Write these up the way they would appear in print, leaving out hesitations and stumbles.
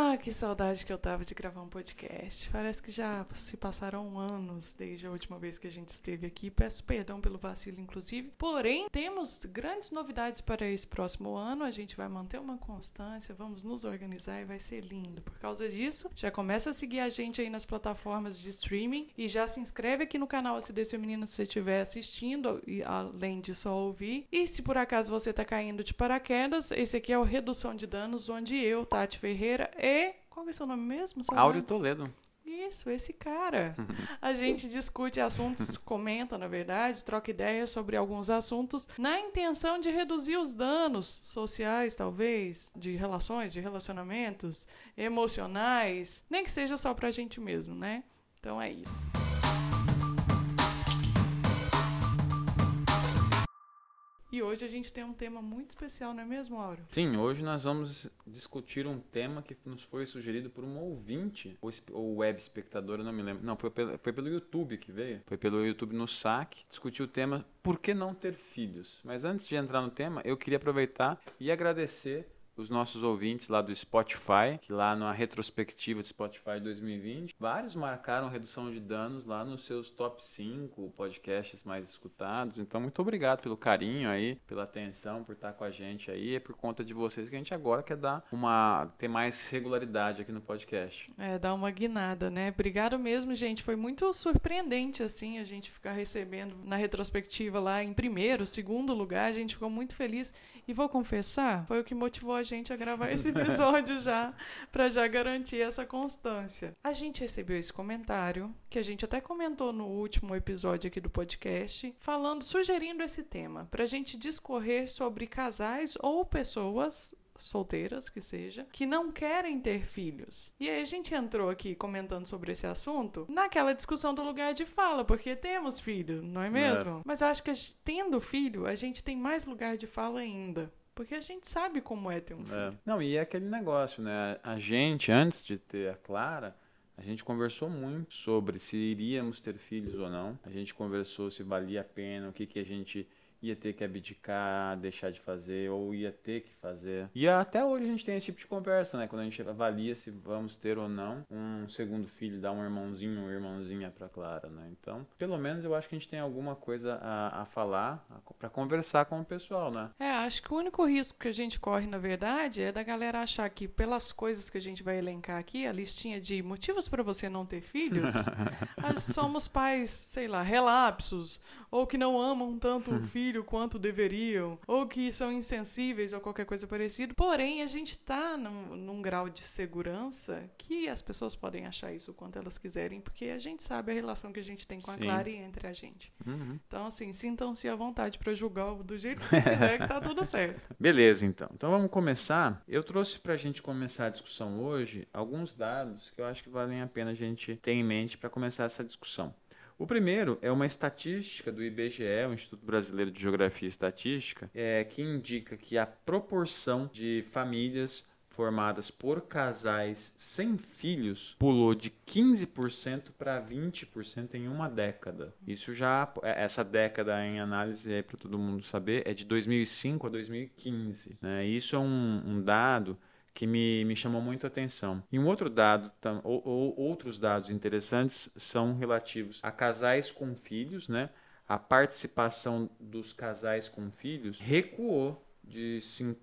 Que saudade que eu tava de gravar um podcast. Parece que já se passaram anos desde a última vez que a gente esteve aqui. Peço perdão pelo vacilo, inclusive. Porém, temos grandes novidades para esse próximo ano. A gente vai manter uma constância, vamos nos organizar e vai ser lindo. Por causa disso, já começa a seguir a gente aí nas plataformas de streaming e já se inscreve aqui no canal Acidez Feminina se você estiver assistindo, e além de só ouvir. E se por acaso você tá caindo de paraquedas, esse aqui é o Redução de Danos, onde eu, Tati Ferreira e... Qual é o seu nome mesmo? Áureo Toledo. Isso, esse cara. A gente discute assuntos, comenta, na verdade, troca ideias sobre alguns assuntos na intenção de reduzir os danos sociais, talvez, de relações, de relacionamentos, emocionais, nem que seja só pra gente mesmo, né? Então é isso. E hoje a gente tem um tema muito especial, não é mesmo, Áureo? Sim, hoje nós vamos discutir um tema que nos foi sugerido por um ouvinte, ou web espectador, eu não me lembro. Não, foi pelo YouTube que veio. Foi pelo YouTube no saque. Discutiu o tema Por que não ter filhos? Mas antes de entrar no tema, eu queria aproveitar e agradecer os nossos ouvintes lá do Spotify, que lá na retrospectiva de Spotify 2020, vários marcaram redução de danos lá nos seus top 5 podcasts mais escutados. Então, muito obrigado pelo carinho aí, pela atenção, por estar com a gente aí. É por conta de vocês que a gente agora quer ter mais regularidade aqui no podcast. Dar uma guinada, né? Obrigado mesmo, gente. Foi muito surpreendente, assim, a gente ficar recebendo na retrospectiva lá em primeiro, segundo lugar. A gente ficou muito feliz. E vou confessar, foi o que motivou a gente a gravar esse episódio já, para já garantir essa constância. A gente recebeu esse comentário, que a gente até comentou no último episódio aqui do podcast, sugerindo esse tema, pra gente discorrer sobre casais ou pessoas solteiras, que seja, que não querem ter filhos. E aí a gente entrou aqui comentando sobre esse assunto naquela discussão do lugar de fala, porque temos filho, não é mesmo? Mas eu acho que tendo filho, a gente tem mais lugar de fala ainda. Porque a gente sabe como é ter um filho. Não, e é aquele negócio, né? A gente, antes de ter a Clara, a gente conversou muito sobre se iríamos ter filhos ou não. A gente conversou se valia a pena, o que a gente ia ter que abdicar, deixar de fazer, ou ia ter que fazer. E até hoje a gente tem esse tipo de conversa, né? Quando a gente avalia se vamos ter ou não um segundo filho, dar um irmãozinho ou irmãzinha pra Clara, né? Então, pelo menos eu acho que a gente tem alguma coisa a falar, pra conversar com o pessoal, né? Acho que o único risco que a gente corre, na verdade, é da galera achar que pelas coisas que a gente vai elencar aqui, a listinha de motivos pra você não ter filhos, somos pais, sei lá, relapsos, ou que não amam tanto o filho quanto deveriam, ou que são insensíveis ou qualquer coisa parecida. Porém, a gente tá num grau de segurança que as pessoas podem achar isso o quanto elas quiserem, porque a gente sabe a relação que a gente tem com a Clara e entre a gente. Então, assim, sintam-se à vontade para julgar do jeito que vocês quiserem, que tá tudo certo. Beleza, então. Então vamos começar. Eu trouxe pra gente começar a discussão hoje alguns dados que eu acho que valem a pena a gente ter em mente para começar essa discussão. O primeiro é uma estatística do IBGE, o Instituto Brasileiro de Geografia e Estatística, que indica que a proporção de famílias formadas por casais sem filhos pulou de 15% para 20% em uma década. Isso já, essa década em análise, para todo mundo saber, é de 2005 a 2015. Né? Isso é um dado que me chamou muito a atenção. E um outro dado, outros dados interessantes são relativos a casais com filhos, né? A participação dos casais com filhos recuou de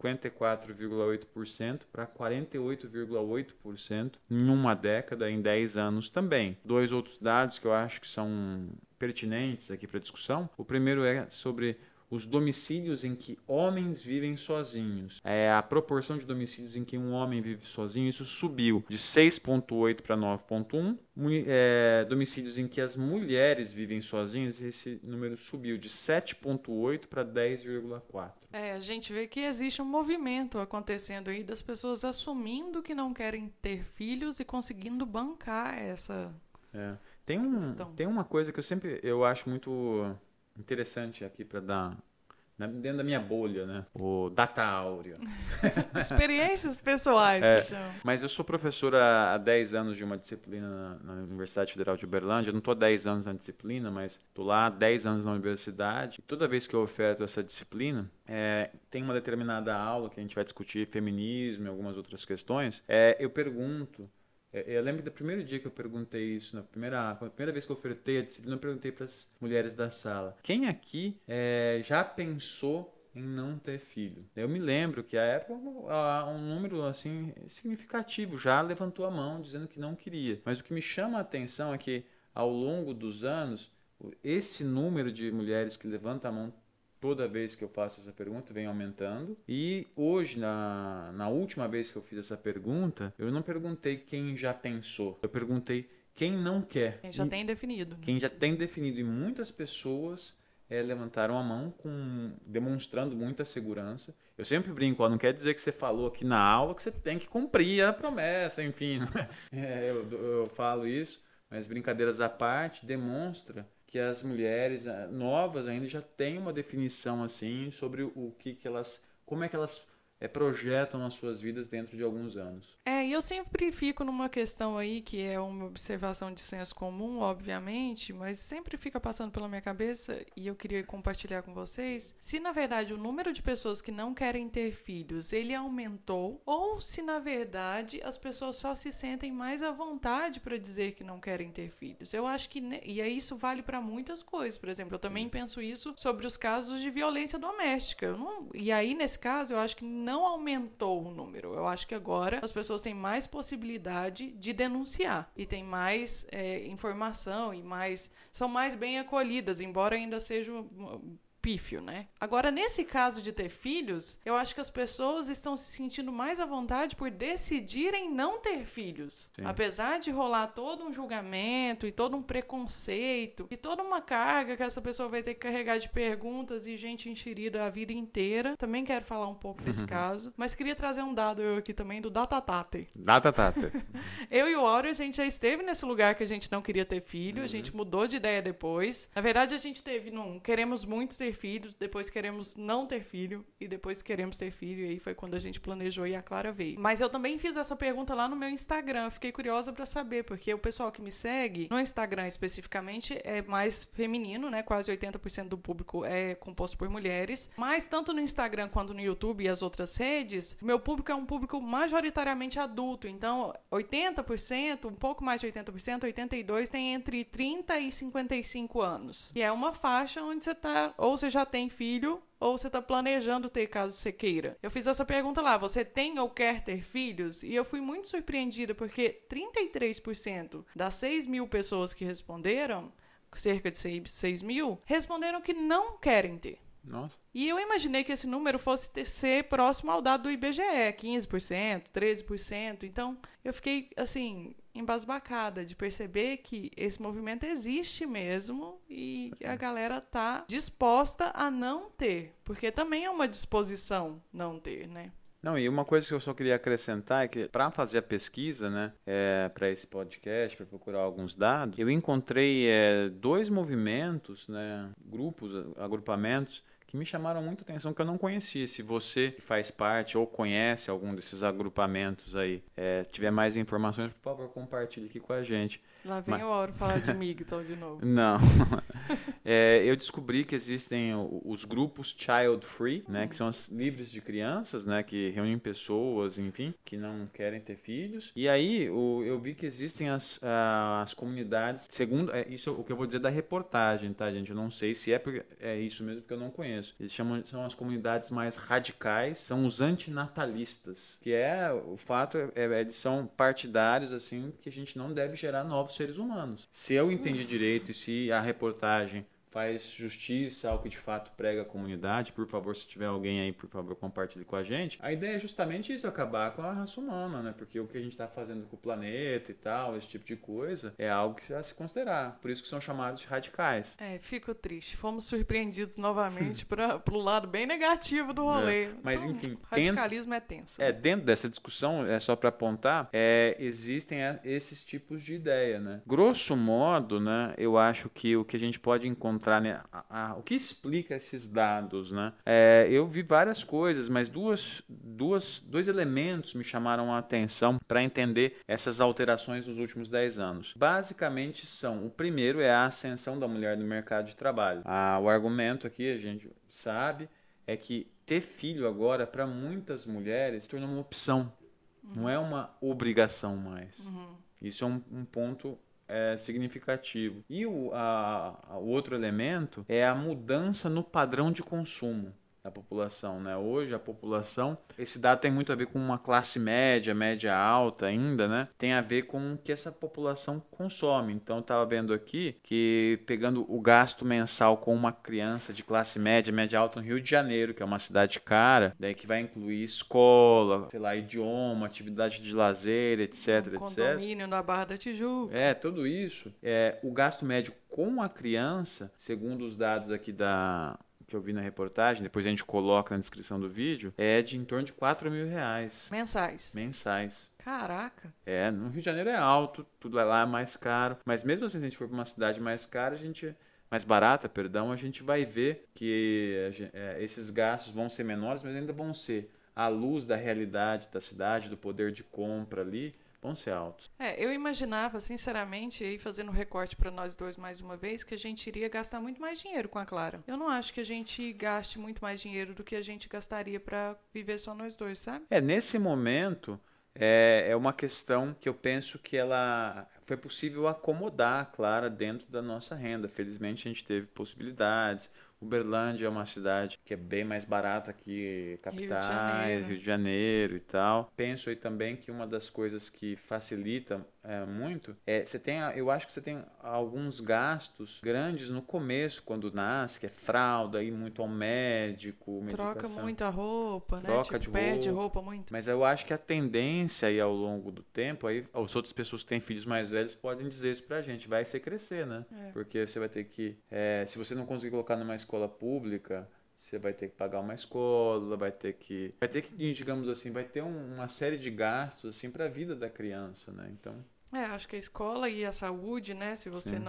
54,8% para 48,8% em uma década, em 10 anos também. Dois outros dados que eu acho que são pertinentes aqui para a discussão. O primeiro é sobre os domicílios em que homens vivem sozinhos. A proporção de domicílios em que um homem vive sozinho, isso subiu de 6,8 para 9,1. Domicílios em que as mulheres vivem sozinhas, esse número subiu de 7,8 para 10,4. A gente vê que existe um movimento acontecendo aí das pessoas assumindo que não querem ter filhos e conseguindo bancar essa questão. Tem uma coisa que eu acho muito interessante aqui para dar dentro da minha bolha, né? O data áurea. Experiências pessoais, que chamam. Mas eu sou professor há 10 anos de uma disciplina na Universidade Federal de Uberlândia. Eu não estou há 10 anos na disciplina, mas estou lá há 10 anos na universidade. E toda vez que eu oferto essa disciplina, tem uma determinada aula que a gente vai discutir feminismo e algumas outras questões. Eu pergunto. Eu lembro do primeiro dia que eu perguntei isso, na primeira vez que eu ofertei a disciplina, eu perguntei para as mulheres da sala: quem aqui já pensou em não ter filho? Eu me lembro que à época um número assim significativo já levantou a mão dizendo que não queria. Mas o que me chama a atenção é que ao longo dos anos, esse número de mulheres que levantam a mão toda vez que eu faço essa pergunta vem aumentando. E hoje, na última vez que eu fiz essa pergunta, eu não perguntei quem já pensou. Eu perguntei quem não quer. Quem já tem definido. Né? Quem já tem definido. E muitas pessoas levantaram a mão demonstrando muita segurança. Eu sempre brinco, não quer dizer que você falou aqui na aula que você tem que cumprir a promessa, enfim. Eu falo isso, mas brincadeiras à parte, demonstra que as mulheres novas ainda já têm uma definição assim sobre como é que elas projetam as suas vidas dentro de alguns anos. E eu sempre fico numa questão aí que é uma observação de senso comum, obviamente, mas sempre fica passando pela minha cabeça e eu queria compartilhar com vocês se na verdade o número de pessoas que não querem ter filhos, ele aumentou ou se na verdade as pessoas só se sentem mais à vontade para dizer que não querem ter filhos. Eu acho que, e aí isso vale para muitas coisas, por exemplo, eu também penso isso sobre os casos de violência doméstica. E aí nesse caso eu acho que não aumentou o número, eu acho que agora as pessoas têm mais possibilidade de denunciar e tem mais informação e são mais bem acolhidas, embora ainda seja pífio, né? Agora, nesse caso de ter filhos, eu acho que as pessoas estão se sentindo mais à vontade por decidirem não ter filhos. Sim. Apesar de rolar todo um julgamento e todo um preconceito e toda uma carga que essa pessoa vai ter que carregar de perguntas e gente enxerida a vida inteira. Também quero falar um pouco desse caso, mas queria trazer um dado eu aqui também do Datatate. Eu e o Áureo, a gente já esteve nesse lugar que a gente não queria ter filho, a gente mudou de ideia depois. Na verdade, a gente teve queremos muito ter filho, depois queremos não ter filho e depois queremos ter filho, e aí foi quando a gente planejou e a Clara veio. Mas eu também fiz essa pergunta lá no meu Instagram, eu fiquei curiosa pra saber, porque o pessoal que me segue, no Instagram especificamente, é mais feminino, né, quase 80% do público é composto por mulheres, mas tanto no Instagram quanto no YouTube e as outras redes, o meu público é um público majoritariamente adulto, então 80%, um pouco mais de 80%, 82% tem entre 30 e 55 anos, e é uma faixa onde você tá, ou você já tem filho, ou você está planejando ter caso você queira. Eu fiz essa pergunta lá, você tem ou quer ter filhos? E eu fui muito surpreendida, porque 33% das 6 mil pessoas que responderam, cerca de 6 mil, responderam que não querem ter. Nossa. E eu imaginei que esse número fosse ser próximo ao dado do IBGE, 15%, 13%. Então, eu fiquei, assim, embasbacada de perceber que esse movimento existe mesmo e a galera tá disposta a não ter. Porque também é uma disposição não ter, né? Não, e uma coisa que eu só queria acrescentar é que para fazer a pesquisa, né, para esse podcast, para procurar alguns dados, eu encontrei 2 movimentos, né, grupos, agrupamentos, que me chamaram muito a atenção, que eu não conhecia. Se você faz parte ou conhece algum desses agrupamentos aí, tiver mais informações, por favor, compartilhe aqui com a gente. Lá vem o Áureo falar de Migton de novo. Não. Eu descobri que existem os grupos Child Free, né, que são os livres de crianças, né, que reúnem pessoas, enfim, que não querem ter filhos. E aí eu vi que existem as comunidades, segundo, isso é o que eu vou dizer da reportagem, tá, gente? Eu não sei se é isso mesmo, porque eu não conheço. Eles são as comunidades mais radicais, são os antinatalistas, que o fato eles são partidários, assim, que a gente não deve gerar novos seres humanos. Se eu entendi direito e se a reportagem faz justiça ao que de fato prega a comunidade, por favor, se tiver alguém aí, por favor, compartilhe com a gente. A ideia é justamente isso, acabar com a raça humana, né? Porque o que a gente está fazendo com o planeta e tal, esse tipo de coisa, é algo que a se considerar. Por isso que são chamados de radicais. Fico triste. Fomos surpreendidos novamente pro lado bem negativo do rolê. Mas, então, enfim, radicalismo é tenso. Dentro dessa discussão, só para apontar, existem esses tipos de ideia, né? Grosso modo, né, eu acho que o que a gente pode encontrar entrar, né? O que explica esses dados, né? Eu vi várias coisas, mas dois elementos me chamaram a atenção para entender essas alterações nos últimos 10 anos. Basicamente o primeiro é a ascensão da mulher no mercado de trabalho. O argumento aqui, a gente sabe, é que ter filho agora, para muitas mulheres, se torna uma opção. Não é uma obrigação mais. Isso é um ponto significativo. E o outro elemento é a mudança no padrão de consumo da população, né? Hoje a população, esse dado tem muito a ver com uma classe média, média alta ainda, né? Tem a ver com o que essa população consome. Então, estava vendo aqui que pegando o gasto mensal com uma criança de classe média, média alta no Rio de Janeiro, que é uma cidade cara, daí que vai incluir escola, sei lá, idioma, atividade de lazer, etc, etc. Condomínio na Barra da Tijuca. Tudo isso. O gasto médio com a criança, segundo os dados aqui que eu vi na reportagem, depois a gente coloca na descrição do vídeo, é de em torno de R$4.000. Mensais. Caraca. No Rio de Janeiro é alto, tudo lá é mais caro, mas mesmo assim, se a gente for para uma cidade mais cara, mais barata, a gente vai ver que esses gastos vão ser menores, mas ainda vão ser à luz da realidade da cidade, do poder de compra ali, vão ser altos. Eu imaginava, sinceramente, aí fazendo recorte para nós dois mais uma vez, que a gente iria gastar muito mais dinheiro com a Clara. Eu não acho que a gente gaste muito mais dinheiro do que a gente gastaria para viver só nós dois, sabe? Nesse momento, é uma questão que eu penso que ela foi possível acomodar a Clara dentro da nossa renda. Felizmente, a gente teve possibilidades. Uberlândia é uma cidade que é bem mais barata que capitais, Rio de Janeiro e tal. Penso aí também que uma das coisas que facilita muito eu acho que você tem alguns gastos grandes no começo, quando nasce, que é fralda, ir muito ao médico, medicação. Troca muita roupa, né? Perde roupa muito. Mas eu acho que a tendência aí ao longo do tempo, aí as outras pessoas que têm filhos mais velhos podem dizer isso pra gente, vai ser crescer, né? Porque você vai ter que, se você não conseguir colocar numa escola pública, você vai ter que pagar uma escola, vai ter que, digamos assim, vai ter uma série de gastos assim para a vida da criança, né? Então, acho que a escola e a saúde, né? Se você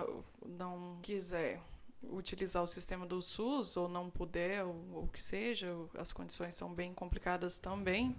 não quiser utilizar o sistema do SUS ou não puder, ou o que seja, as condições são bem complicadas também,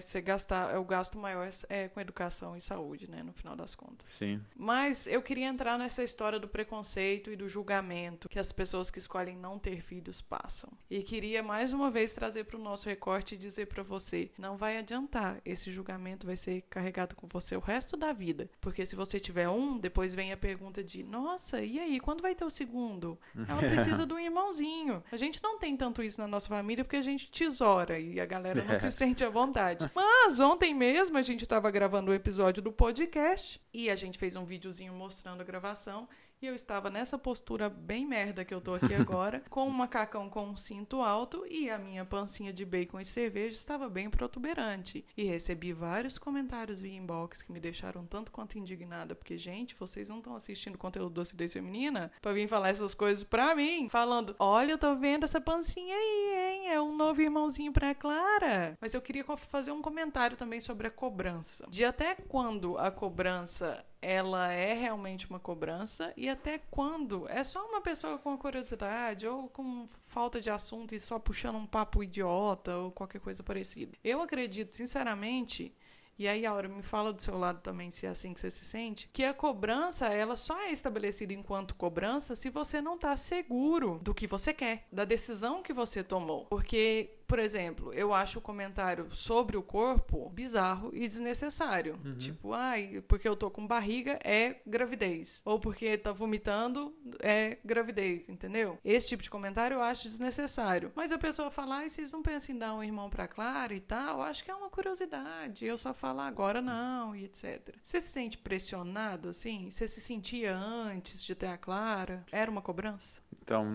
o gasto maior com educação e saúde, né, no final das contas. Sim. Mas eu queria entrar nessa história do preconceito e do julgamento que as pessoas que escolhem não ter filhos passam. E queria mais uma vez trazer para o nosso recorte e dizer para você, não vai adiantar, esse julgamento vai ser carregado com você o resto da vida, porque se você tiver depois vem a pergunta de, nossa, e aí, quando vai ter o segundo? Ela precisa de um irmãozinho. A gente não tem tanto isso na nossa família porque a gente tesoura e a galera não se sente à vontade. Mas ontem mesmo a gente estava gravando um episódio do podcast e a gente fez um videozinho mostrando a gravação e eu estava nessa postura bem merda que eu tô aqui agora, com um macacão com um cinto alto e a minha pancinha de bacon e cerveja estava bem protuberante. E recebi vários comentários via inbox que me deixaram tanto quanto indignada, porque, gente, vocês não estão assistindo conteúdo do Acidez Feminina pra vir falar essas coisas pra mim, falando, olha, eu tô vendo essa pancinha aí, hein, é um novo irmãozinho pra Clara. Mas eu queria fazer um comentário também sobre a cobrança. De até quando a cobrança ela é realmente uma cobrança e até quando é só uma pessoa com curiosidade ou com falta de assunto e só puxando um papo idiota ou qualquer coisa parecida. Eu acredito, sinceramente, e aí, Aura, me fala do seu lado também, se é assim que você se sente, que a cobrança, ela só é estabelecida enquanto cobrança se você não está seguro do que você quer, da decisão que você tomou. Porque, por exemplo, eu acho o comentário sobre o corpo bizarro e desnecessário. Uhum. Tipo, porque eu tô com barriga é gravidez. Ou porque tá vomitando é gravidez, entendeu? Esse tipo de comentário eu acho desnecessário. Mas a pessoa fala, vocês não pensam em dar um irmão pra Clara e tal? Eu acho que é uma curiosidade. Eu só falo agora não e etc. Você se sente pressionado, assim? Você se sentia antes de ter a Clara? Era uma cobrança? Então,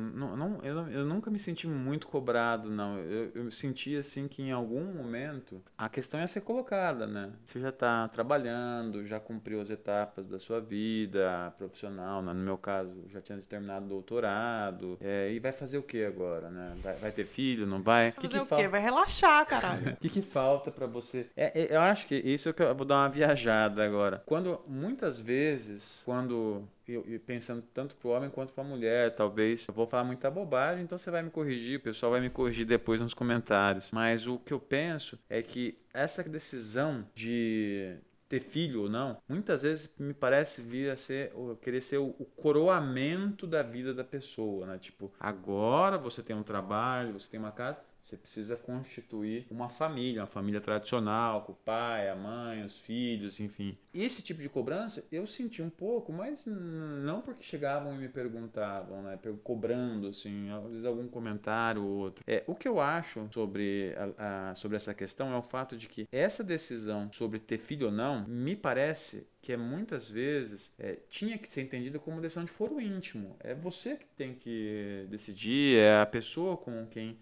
eu nunca me senti muito cobrado, não. Eu senti, assim, que em algum momento a questão ia ser colocada, né? Você já está trabalhando, já cumpriu as etapas da sua vida profissional, né? No meu caso, já tinha terminado o doutorado, e vai fazer o que agora, né? Vai ter filho, não vai? Fazer o quê? Vai relaxar, caralho. O que falta para você? Eu acho que isso é que eu vou dar uma viajada agora. Muitas vezes, quando eu pensando tanto para o homem quanto para a mulher, talvez eu vou falar muita bobagem, então você vai me corrigir, o pessoal vai me corrigir depois nos comentários. Mas o que eu penso é que essa decisão de ter filho ou não, muitas vezes me parece vir a ser, querer ser o coroamento da vida da pessoa, né? Tipo, agora você tem um trabalho, você tem uma casa, você precisa constituir uma família tradicional, com o pai, a mãe, os filhos, enfim. Esse tipo de cobrança eu senti um pouco, mas não porque chegavam e me perguntavam, né? Cobrando, assim, às vezes algum comentário ou outro. O que eu acho sobre essa questão é o fato de que essa decisão sobre ter filho ou não, me parece que muitas vezes tinha que ser entendida como decisão de foro íntimo. É você que tem que decidir, é a pessoa com quem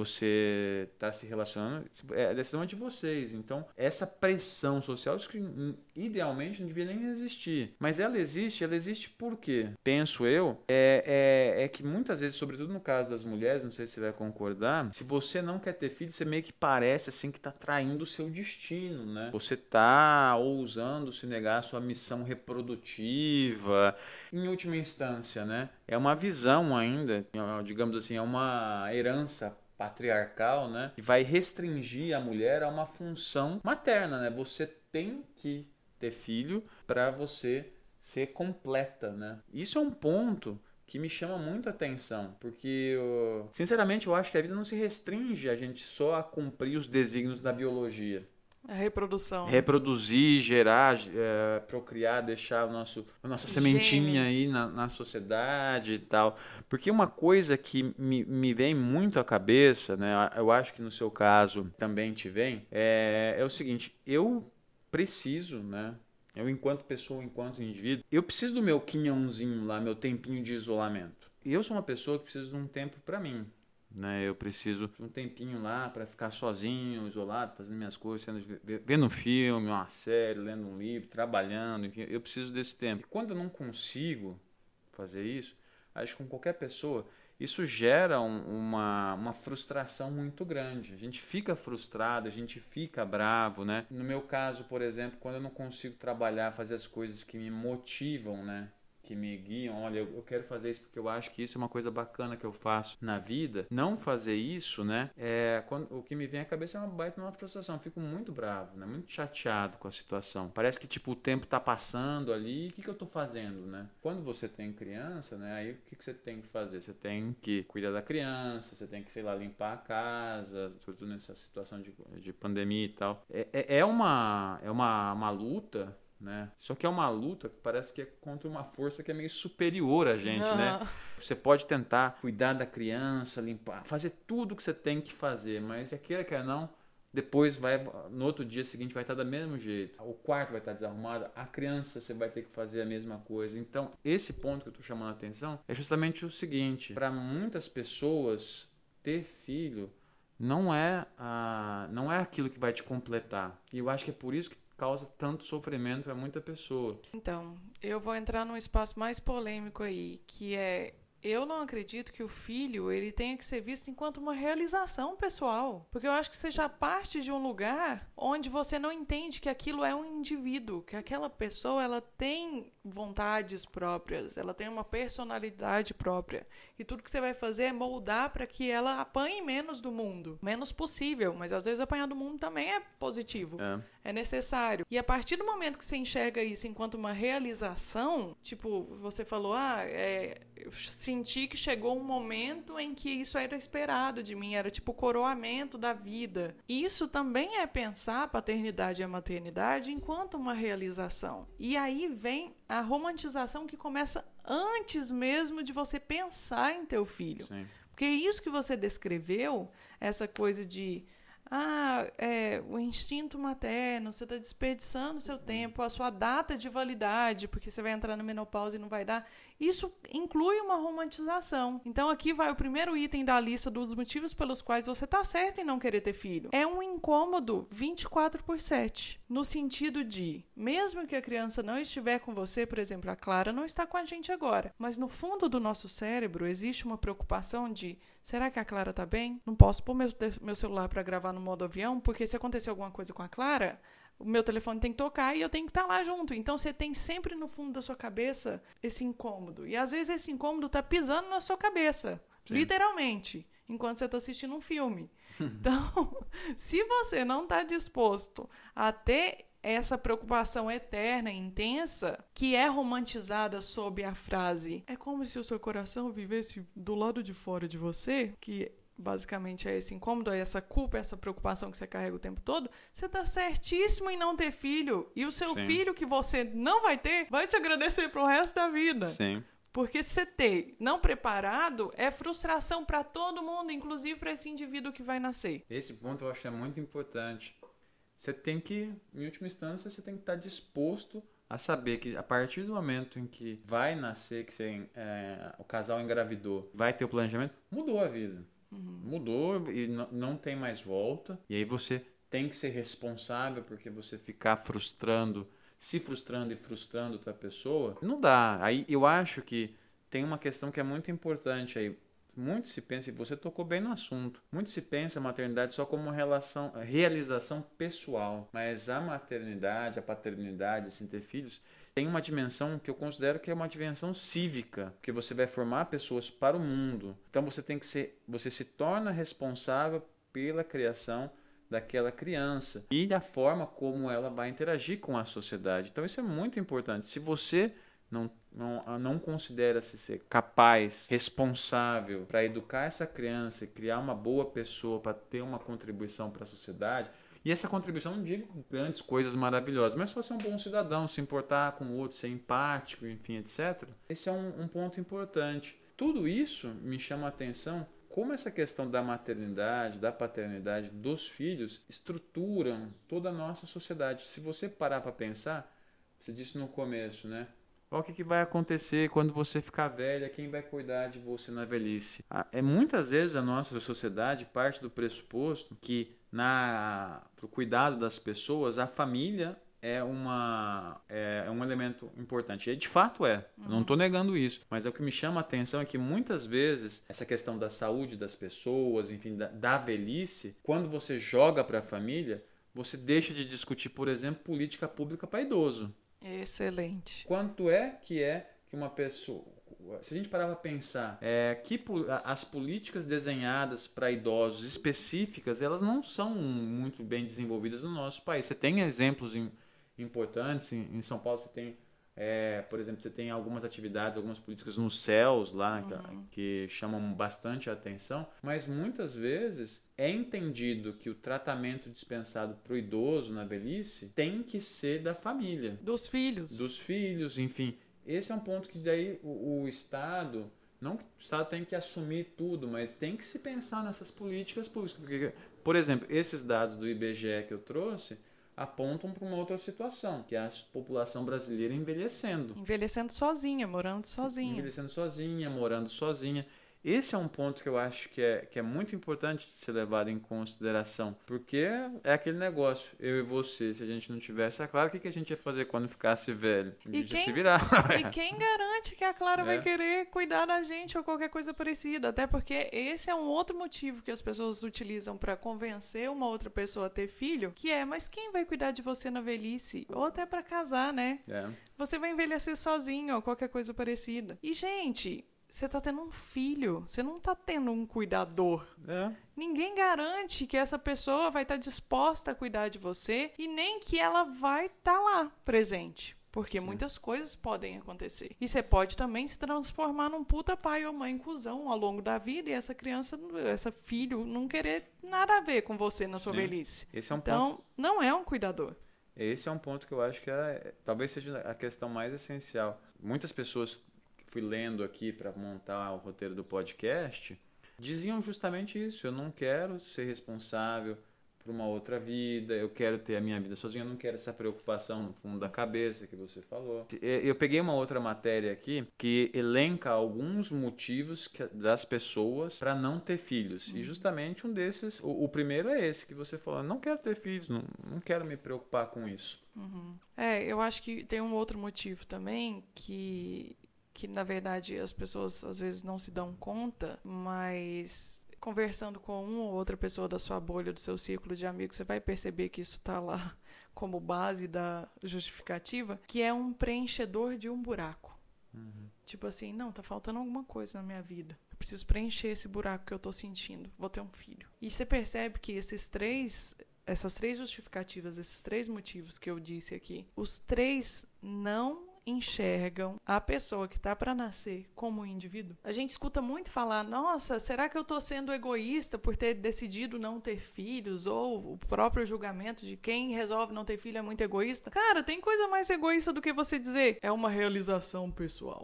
você está se relacionando, a decisão é de vocês. Então, essa pressão social, isso que idealmente não devia nem existir. Mas ela existe por quê? Penso eu, que muitas vezes, sobretudo no caso das mulheres, não sei se você vai concordar, se você não quer ter filho, você meio que parece assim que está traindo o seu destino, né? Você está ousando se negar a sua missão reprodutiva. Em última instância, né? É uma visão ainda, digamos assim, é uma herança patriarcal, né, que vai restringir a mulher a uma função materna, né? Você tem que ter filho para você ser completa, né? Isso é um ponto que me chama muita atenção, porque, sinceramente, eu acho que a vida não se restringe a gente só a cumprir os desígnios da biologia. A reprodução. Reproduzir, gerar, procriar, deixar a nossa sementinha aí na sociedade e tal. Porque uma coisa que me vem muito à cabeça, né, eu acho que no seu caso também te vem, é o seguinte: eu preciso, né, eu enquanto pessoa, enquanto indivíduo, eu preciso do meu quinhãozinho lá, meu tempinho de isolamento. E eu sou uma pessoa que precisa de um tempo para mim. Né, eu preciso de um tempinho lá para ficar sozinho, isolado, fazendo minhas coisas, vendo um filme, uma série, lendo um livro, trabalhando, enfim, eu preciso desse tempo. E quando eu não consigo fazer isso, acho que com qualquer pessoa, isso gera uma frustração muito grande. A gente fica frustrado, a gente fica bravo, né? No meu caso, por exemplo, quando eu não consigo trabalhar, fazer as coisas que me motivam, né, que me guiam, olha, eu quero fazer isso porque eu acho que isso é uma coisa bacana que eu faço na vida. Não fazer isso, né, o que me vem à cabeça é uma baita uma frustração. Eu fico muito bravo, né, muito chateado com a situação. Parece que, tipo, o tempo tá passando ali, o que eu tô fazendo, né? Quando você tem criança, né, aí o que você tem que fazer? Você tem que cuidar da criança, você tem que, sei lá, limpar a casa, sobretudo nessa situação de pandemia e tal. É uma luta, né? Só que é uma luta que parece que é contra uma força que é meio superior a gente, né? Você pode tentar cuidar da criança, limpar, fazer tudo o que você tem que fazer, mas quer não, depois no outro dia seguinte vai estar do mesmo jeito. O quarto vai estar desarrumado, a criança você vai ter que fazer a mesma coisa. Então, esse ponto que eu estou chamando a atenção é justamente o seguinte: para muitas pessoas, ter filho não é aquilo que vai te completar. E eu acho que é por isso que causa tanto sofrimento para muita pessoa. Então, eu vou entrar num espaço mais polêmico aí, que é: eu não acredito que o filho ele tenha que ser visto enquanto uma realização pessoal. Porque eu acho que você já parte de um lugar onde você não entende que aquilo é um indivíduo, que aquela pessoa ela tem vontades próprias, ela tem uma personalidade própria. E tudo que você vai fazer é moldar para que ela apanhe menos do mundo. Menos possível, mas às vezes apanhar do mundo também é positivo. É necessário. E a partir do momento que você enxerga isso enquanto uma realização, tipo, você falou, eu senti que chegou um momento em que isso era esperado de mim, era tipo o coroamento da vida. E isso também é pensar a paternidade e a maternidade enquanto uma realização. E aí vem a romantização que começa antes mesmo de você pensar em teu filho. Sim. Porque isso que você descreveu, essa coisa de o instinto materno, você está desperdiçando seu tempo, a sua data de validade, porque você vai entrar na menopausa e não vai dar. Isso inclui uma romantização. Então aqui vai o primeiro item da lista dos motivos pelos quais você está certo em não querer ter filho. É um incômodo 24/7, no sentido de, mesmo que a criança não estiver com você, por exemplo, a Clara não está com a gente agora, mas no fundo do nosso cérebro existe uma preocupação de: será que a Clara está bem? Não posso pôr meu celular para gravar no modo avião, porque se acontecer alguma coisa com a Clara, o meu telefone tem que tocar e eu tenho que estar lá junto. Então, você tem sempre no fundo da sua cabeça esse incômodo. E, às vezes, esse incômodo está pisando na sua cabeça, Sim. literalmente, enquanto você está assistindo um filme. Então, se você não está disposto a ter essa preocupação eterna e intensa, que é romantizada sob a frase é como se o seu coração vivesse do lado de fora de você, que basicamente é esse incômodo, é essa culpa, essa preocupação que você carrega o tempo todo, você tá certíssimo em não ter filho. E o seu Sim. filho que você não vai ter, vai te agradecer pro resto da vida. Sim. Porque você ter não preparado é frustração para todo mundo, inclusive para esse indivíduo que vai nascer. Esse ponto eu acho que é muito importante. Você tem que, em última instância, você tem que estar disposto a saber que a partir do momento em que vai nascer, que o casal engravidou, vai ter o planejamento, mudou a vida. Mudou e não tem mais volta. E aí você tem que ser responsável porque você ficar se frustrando e frustrando outra pessoa, não dá. Aí eu acho que tem uma questão que é muito importante aí. Muito se pensa, e você tocou bem no assunto, muito se pensa a maternidade só como realização pessoal, mas a maternidade, a paternidade, assim, ter filhos, tem uma dimensão que eu considero que é uma dimensão cívica, porque você vai formar pessoas para o mundo. Então você se torna responsável pela criação daquela criança e da forma como ela vai interagir com a sociedade. Então isso é muito importante. Se você não considera-se ser capaz, responsável para educar essa criança e criar uma boa pessoa para ter uma contribuição para a sociedade, e essa contribuição não digo grandes coisas maravilhosas, mas só ser um bom cidadão, se importar com o outro, ser empático, enfim, etc. Esse é um ponto importante. Tudo isso me chama a atenção como essa questão da maternidade, da paternidade, dos filhos estruturam toda a nossa sociedade. Se você parar para pensar, você disse no começo, né? O que vai acontecer quando você ficar velha? Quem vai cuidar de você na velhice? Muitas vezes a nossa sociedade parte do pressuposto que pro cuidado das pessoas, a família é um elemento importante. E de fato é. Eu não estou negando isso. Mas o que me chama a atenção é que muitas vezes essa questão da saúde das pessoas, enfim, da velhice, quando você joga para a família, você deixa de discutir, por exemplo, política pública para idoso. Excelente. Quanto é que uma pessoa... Se a gente parar para pensar, as políticas desenhadas para idosos específicas, elas não são muito bem desenvolvidas no nosso país. Você tem exemplos importantes. Em São Paulo você tem, por exemplo, você tem algumas atividades, algumas políticas nos céus lá, que chamam bastante a atenção, mas muitas vezes é entendido que o tratamento dispensado para o idoso na velhice tem que ser da família. Dos filhos, enfim. Esse é um ponto que daí o Estado, não que o Estado tem que assumir tudo, mas tem que se pensar nessas políticas públicas. Porque, por exemplo, esses dados do IBGE que eu trouxe apontam para uma outra situação, que é a população brasileira envelhecendo. Envelhecendo sozinha, morando sozinha. Envelhecendo sozinha, morando sozinha. Esse é um ponto que eu acho que é muito importante de ser levado em consideração, porque é aquele negócio, eu e você, se a gente não tivesse a Clara, o que a gente ia fazer quando ficasse velho? Se virar. E quem garante que a Clara vai querer cuidar da gente ou qualquer coisa parecida? Até porque esse é um outro motivo que as pessoas utilizam para convencer uma outra pessoa a ter filho, que mas quem vai cuidar de você na velhice? Ou até para casar, né? Você vai envelhecer sozinho ou qualquer coisa parecida. E, gente... Você tá tendo um filho, você não tá tendo um cuidador. Ninguém garante que essa pessoa vai estar disposta a cuidar de você e nem que ela vai estar lá presente. Porque muitas coisas podem acontecer. E você pode também se transformar num puta pai ou mãe cuzão ao longo da vida e essa criança, esse filho, não querer nada a ver com você na sua velhice. Então, não é um cuidador. Esse é um ponto que eu acho que talvez seja a questão mais essencial. Muitas pessoas... fui lendo aqui para montar o roteiro do podcast, diziam justamente isso. Eu não quero ser responsável por uma outra vida, eu quero ter a minha vida sozinho, eu não quero essa preocupação no fundo da cabeça que você falou. Eu peguei uma outra matéria aqui que elenca alguns motivos das pessoas para não ter filhos. E justamente um desses, o primeiro é esse que você falou, não quero ter filhos, não quero me preocupar com isso. Eu acho que tem um outro motivo também que na verdade as pessoas às vezes não se dão conta, mas conversando com uma ou outra pessoa da sua bolha, do seu círculo de amigos, você vai perceber que isso está lá como base da justificativa, que é um preenchedor de um buraco. Tipo assim, não, tá faltando alguma coisa na minha vida. Eu preciso preencher esse buraco que eu tô sentindo. Vou ter um filho. E você percebe que essas três justificativas, esses 3 motivos que eu disse aqui, os 3 não enxergam a pessoa que está para nascer como um indivíduo. A gente escuta muito falar, nossa, será que eu estou sendo egoísta por ter decidido não ter filhos? Ou o próprio julgamento de quem resolve não ter filho é muito egoísta? Cara, tem coisa mais egoísta do que você dizer, é uma realização pessoal.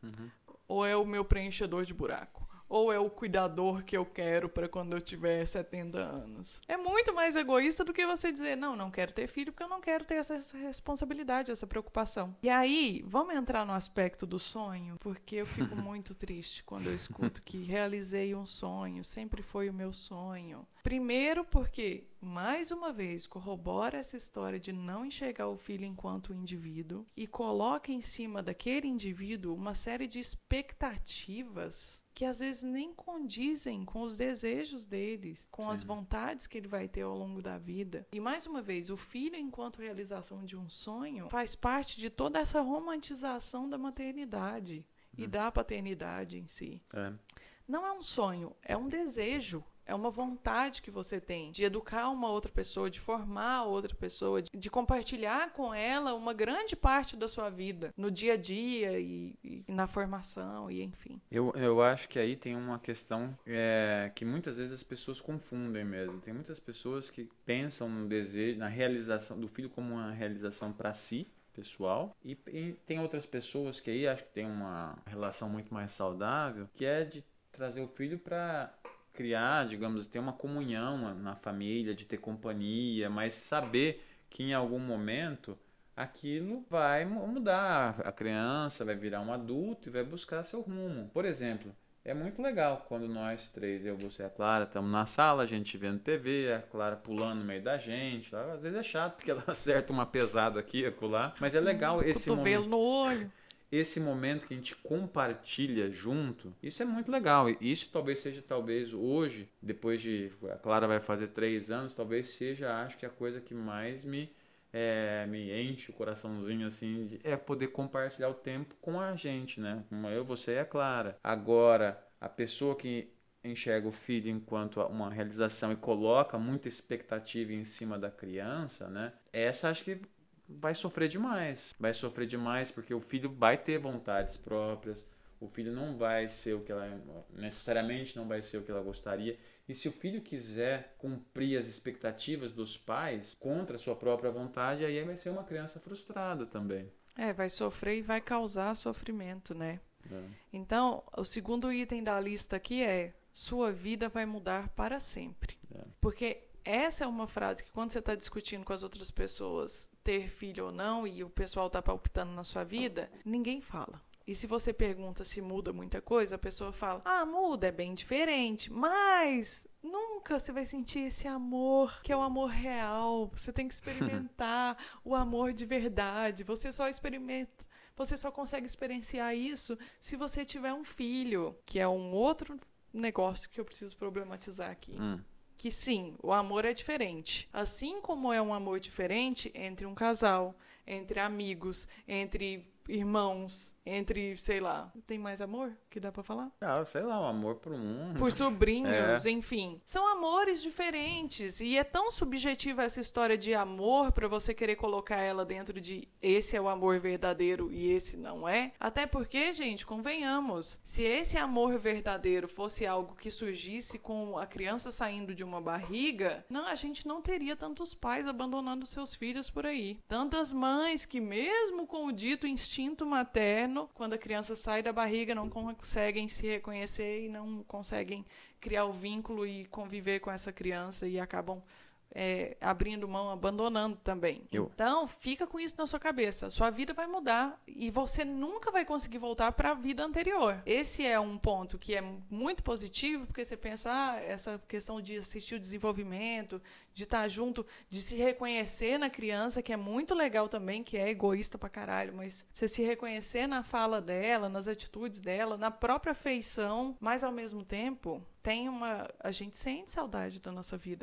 Ou é o meu preenchedor de buraco. Ou é o cuidador que eu quero para quando eu tiver 70 anos. É muito mais egoísta do que você dizer, não quero ter filho porque eu não quero ter essa responsabilidade, essa preocupação. E aí, vamos entrar no aspecto do sonho, porque eu fico muito triste quando eu escuto que realizei um sonho, sempre foi o meu sonho. Primeiro porque, mais uma vez, corrobora essa história de não enxergar o filho enquanto indivíduo e coloca em cima daquele indivíduo uma série de expectativas que às vezes nem condizem com os desejos deles, com as vontades que ele vai ter ao longo da vida. E mais uma vez, o filho enquanto realização de um sonho faz parte de toda essa romantização da maternidade e da paternidade em si. Não é um sonho, é um desejo. É uma vontade que você tem de educar uma outra pessoa, de formar outra pessoa, de compartilhar com ela uma grande parte da sua vida, no dia a dia e na formação e enfim. Eu acho que aí tem uma questão que muitas vezes as pessoas confundem mesmo. Tem muitas pessoas que pensam no desejo, na realização do filho como uma realização para si, pessoal, e tem outras pessoas que aí acho que tem uma relação muito mais saudável, que é de trazer o filho para criar, digamos, ter uma comunhão na família, de ter companhia, mas saber que em algum momento aquilo vai mudar. A criança vai virar um adulto e vai buscar seu rumo. Por exemplo, é muito legal quando nós 3, eu, você e a Clara, estamos na sala, a gente vendo TV, a Clara pulando no meio da gente. Às vezes é chato porque ela acerta uma pesada aqui, acolá, mas é legal esse cotovelo no olho. Esse momento que a gente compartilha junto, isso é muito legal. E isso talvez seja, hoje, depois de... A Clara vai fazer 3 anos, talvez seja, acho que a coisa que mais me enche o coraçãozinho, assim, é poder compartilhar o tempo com a gente, né? Como eu, você e a Clara. Agora, a pessoa que enxerga o filho enquanto uma realização e coloca muita expectativa em cima da criança, né? Essa acho que vai sofrer demais porque o filho vai ter vontades próprias, o filho não vai ser o que ela necessariamente não vai ser o que ela gostaria, e se o filho quiser cumprir as expectativas dos pais contra a sua própria vontade, aí vai ser uma criança frustrada também. Vai sofrer e vai causar sofrimento, né? Então, o segundo item da lista aqui é: sua vida vai mudar para sempre. Porque essa é uma frase que quando você está discutindo com as outras pessoas ter filho ou não e o pessoal está palpitando na sua vida, ninguém fala. E se você pergunta se muda muita coisa, a pessoa fala, muda, é bem diferente, mas nunca você vai sentir esse amor, que é o amor real. Você tem que experimentar o amor de verdade. Você só consegue experienciar isso se você tiver um filho, que é um outro negócio que eu preciso problematizar aqui. Que sim, o amor é diferente. Assim como é um amor diferente entre um casal, entre amigos, entre irmãos, entre, sei lá, tem mais amor que dá pra falar? Sei lá, um amor por mundo. Por sobrinhos, enfim. São amores diferentes e é tão subjetiva essa história de amor pra você querer colocar ela dentro de esse é o amor verdadeiro e esse não é. Até porque, gente, convenhamos, se esse amor verdadeiro fosse algo que surgisse com a criança saindo de uma barriga, a gente não teria tantos pais abandonando seus filhos por aí. Tantas mães que mesmo com o dito instinto materno, quando a criança sai da barriga, não conseguem se reconhecer e não conseguem criar o vínculo e conviver com essa criança e acabam abrindo mão, abandonando também. Então, fica com isso na sua cabeça. Sua vida vai mudar e você nunca vai conseguir voltar para a vida anterior. Esse é um ponto que é muito positivo, porque você pensa, essa questão de assistir o desenvolvimento, de estar junto, de se reconhecer na criança, que é muito legal também, que é egoísta pra caralho, mas você se reconhecer na fala dela, nas atitudes dela, na própria feição, mas ao mesmo tempo, a gente sente saudade da nossa vida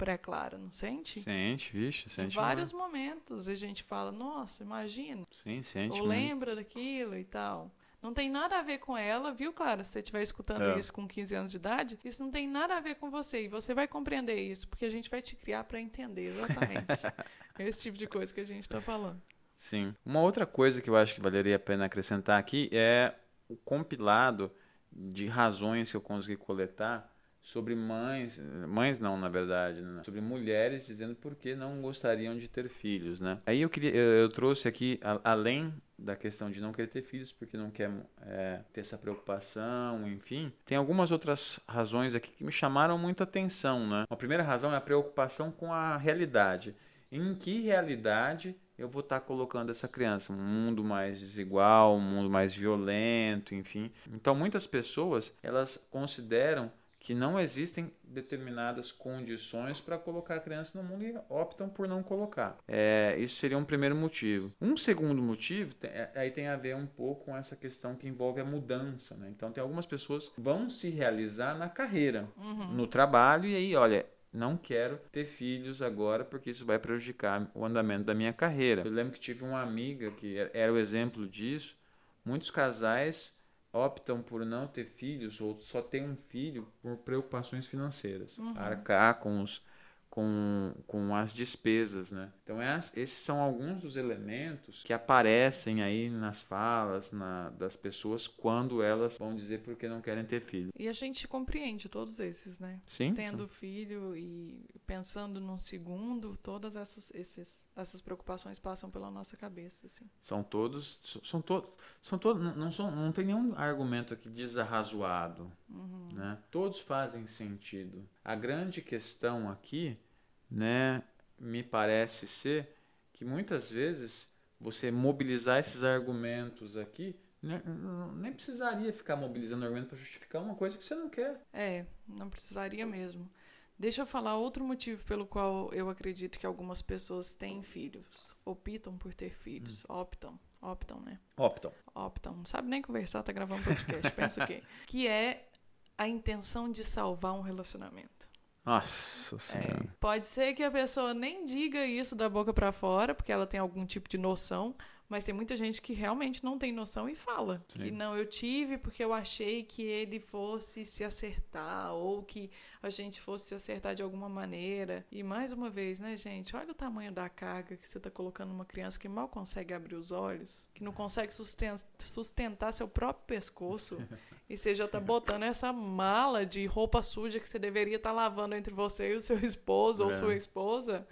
pré-clara, não sente? Sente, vixe, sente. Em vários momentos a gente fala, nossa, imagina. Sim, sente. Ou lembra daquilo e tal. Não tem nada a ver com ela, viu, Clara? Se você estiver escutando isso com 15 anos de idade, isso não tem nada a ver com você. E você vai compreender isso, porque a gente vai te criar para entender exatamente esse tipo de coisa que a gente está falando. Sim. Uma outra coisa que eu acho que valeria a pena acrescentar aqui é o compilado de razões que eu consegui coletar sobre mães não, na verdade, né? Sobre mulheres dizendo por que não gostariam de ter filhos, né? Aí eu trouxe aqui, além da questão de não querer ter filhos, porque não quer ter essa preocupação, enfim, tem algumas outras razões aqui que me chamaram muito a atenção, né? A primeira razão é a preocupação com a realidade. Em que realidade eu vou estar colocando essa criança? Um mundo mais desigual, um mundo mais violento, enfim. Então, muitas pessoas, elas consideram que não existem determinadas condições para colocar a criança no mundo e optam por não colocar. Isso seria um primeiro motivo. Um segundo motivo aí tem a ver um pouco com essa questão que envolve a mudança, né? Então, tem algumas pessoas que vão se realizar na carreira, no trabalho, e aí, olha, não quero ter filhos agora porque isso vai prejudicar o andamento da minha carreira. Eu lembro que tive uma amiga que era o exemplo disso. Muitos casais optam por não ter filhos ou só ter um filho por preocupações financeiras, arcar com as despesas, né? Então esses são alguns dos elementos que aparecem aí nas falas das pessoas quando elas vão dizer por que não querem ter filho. E a gente compreende todos esses, né? Sim. Tendo filho e pensando num segundo, todas essas preocupações passam pela nossa cabeça, assim. Não tem nenhum argumento aqui desarrazoado, né? Todos fazem sentido. A grande questão aqui, né, me parece ser que muitas vezes você mobilizar esses argumentos aqui, né, nem precisaria ficar mobilizando argumento para justificar uma coisa que você não quer. Não precisaria mesmo. Deixa eu falar outro motivo pelo qual eu acredito que algumas pessoas têm filhos, optam por ter filhos, optam, né? Optam, não sabe nem conversar, tá gravando podcast, pensa o quê? Que é a intenção de salvar um relacionamento. Nossa Senhora. Pode ser que a pessoa nem diga isso da boca pra fora, porque ela tem algum tipo de noção, mas tem muita gente que realmente não tem noção e fala. Sim. Que não, eu tive porque eu achei que ele fosse se acertar, ou que a gente fosse se acertar de alguma maneira. E mais uma vez, né, gente, olha o tamanho da carga que você tá colocando numa criança que mal consegue abrir os olhos, que não consegue sustentar seu próprio pescoço, e você já tá botando essa mala de roupa suja que você deveria estar lavando entre você e o seu esposo ou sua esposa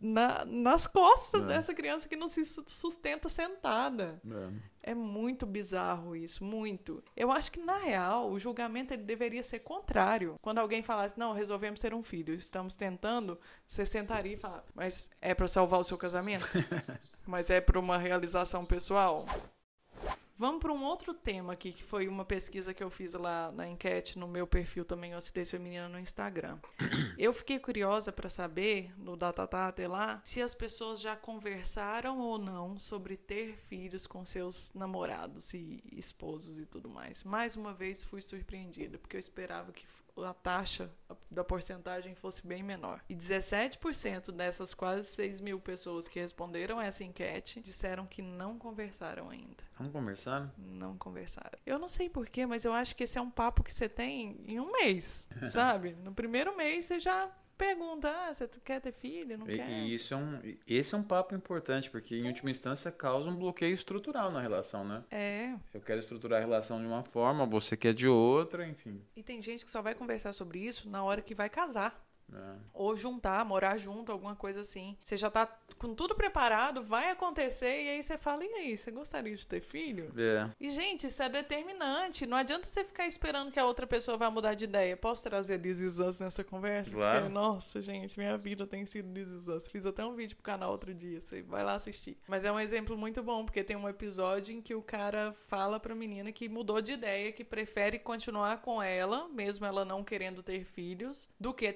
nas costas dessa criança que não se sustenta sentada. É muito bizarro isso, muito. Eu acho que, na real, o julgamento ele deveria ser contrário. Quando alguém falasse, não, resolvemos ter um filho, estamos tentando, você sentaria e falar, mas é para salvar o seu casamento? Mas é para uma realização pessoal? Vamos para um outro tema aqui, que foi uma pesquisa que eu fiz lá na enquete, no meu perfil também, Acidez Feminina, no Instagram. Eu fiquei curiosa para saber, no Datatata lá, se as pessoas já conversaram ou não sobre ter filhos com seus namorados e esposos e tudo mais. Mais uma vez fui surpreendida, porque eu esperava que a taxa da porcentagem fosse bem menor. E 17% dessas quase 6 mil pessoas que responderam essa enquete disseram que não conversaram ainda. Não conversaram? Não conversaram. Eu não sei porquê, mas eu acho que esse é um papo que você tem em um mês, sabe? No primeiro mês você já pergunta, você quer ter filho? Não quer? E esse é um papo importante, porque em última instância causa um bloqueio estrutural na relação, né? Eu quero estruturar a relação de uma forma, você quer de outra, enfim. E tem gente que só vai conversar sobre isso na hora que vai casar. Ou juntar, morar junto, alguma coisa assim. Você já tá com tudo preparado, vai acontecer, e aí você fala, e aí, você gostaria de ter filho? E, gente, isso é determinante. Não adianta você ficar esperando que a outra pessoa vai mudar de ideia. Posso trazer This Is Us nessa conversa? Claro. Porque, nossa, gente, minha vida tem sido This Is Us. Fiz até um vídeo pro canal outro dia, você vai lá assistir. Mas é um exemplo muito bom, porque tem um episódio em que o cara fala pra menina que mudou de ideia, que prefere continuar com ela, mesmo ela não querendo ter filhos, do que ter filhos.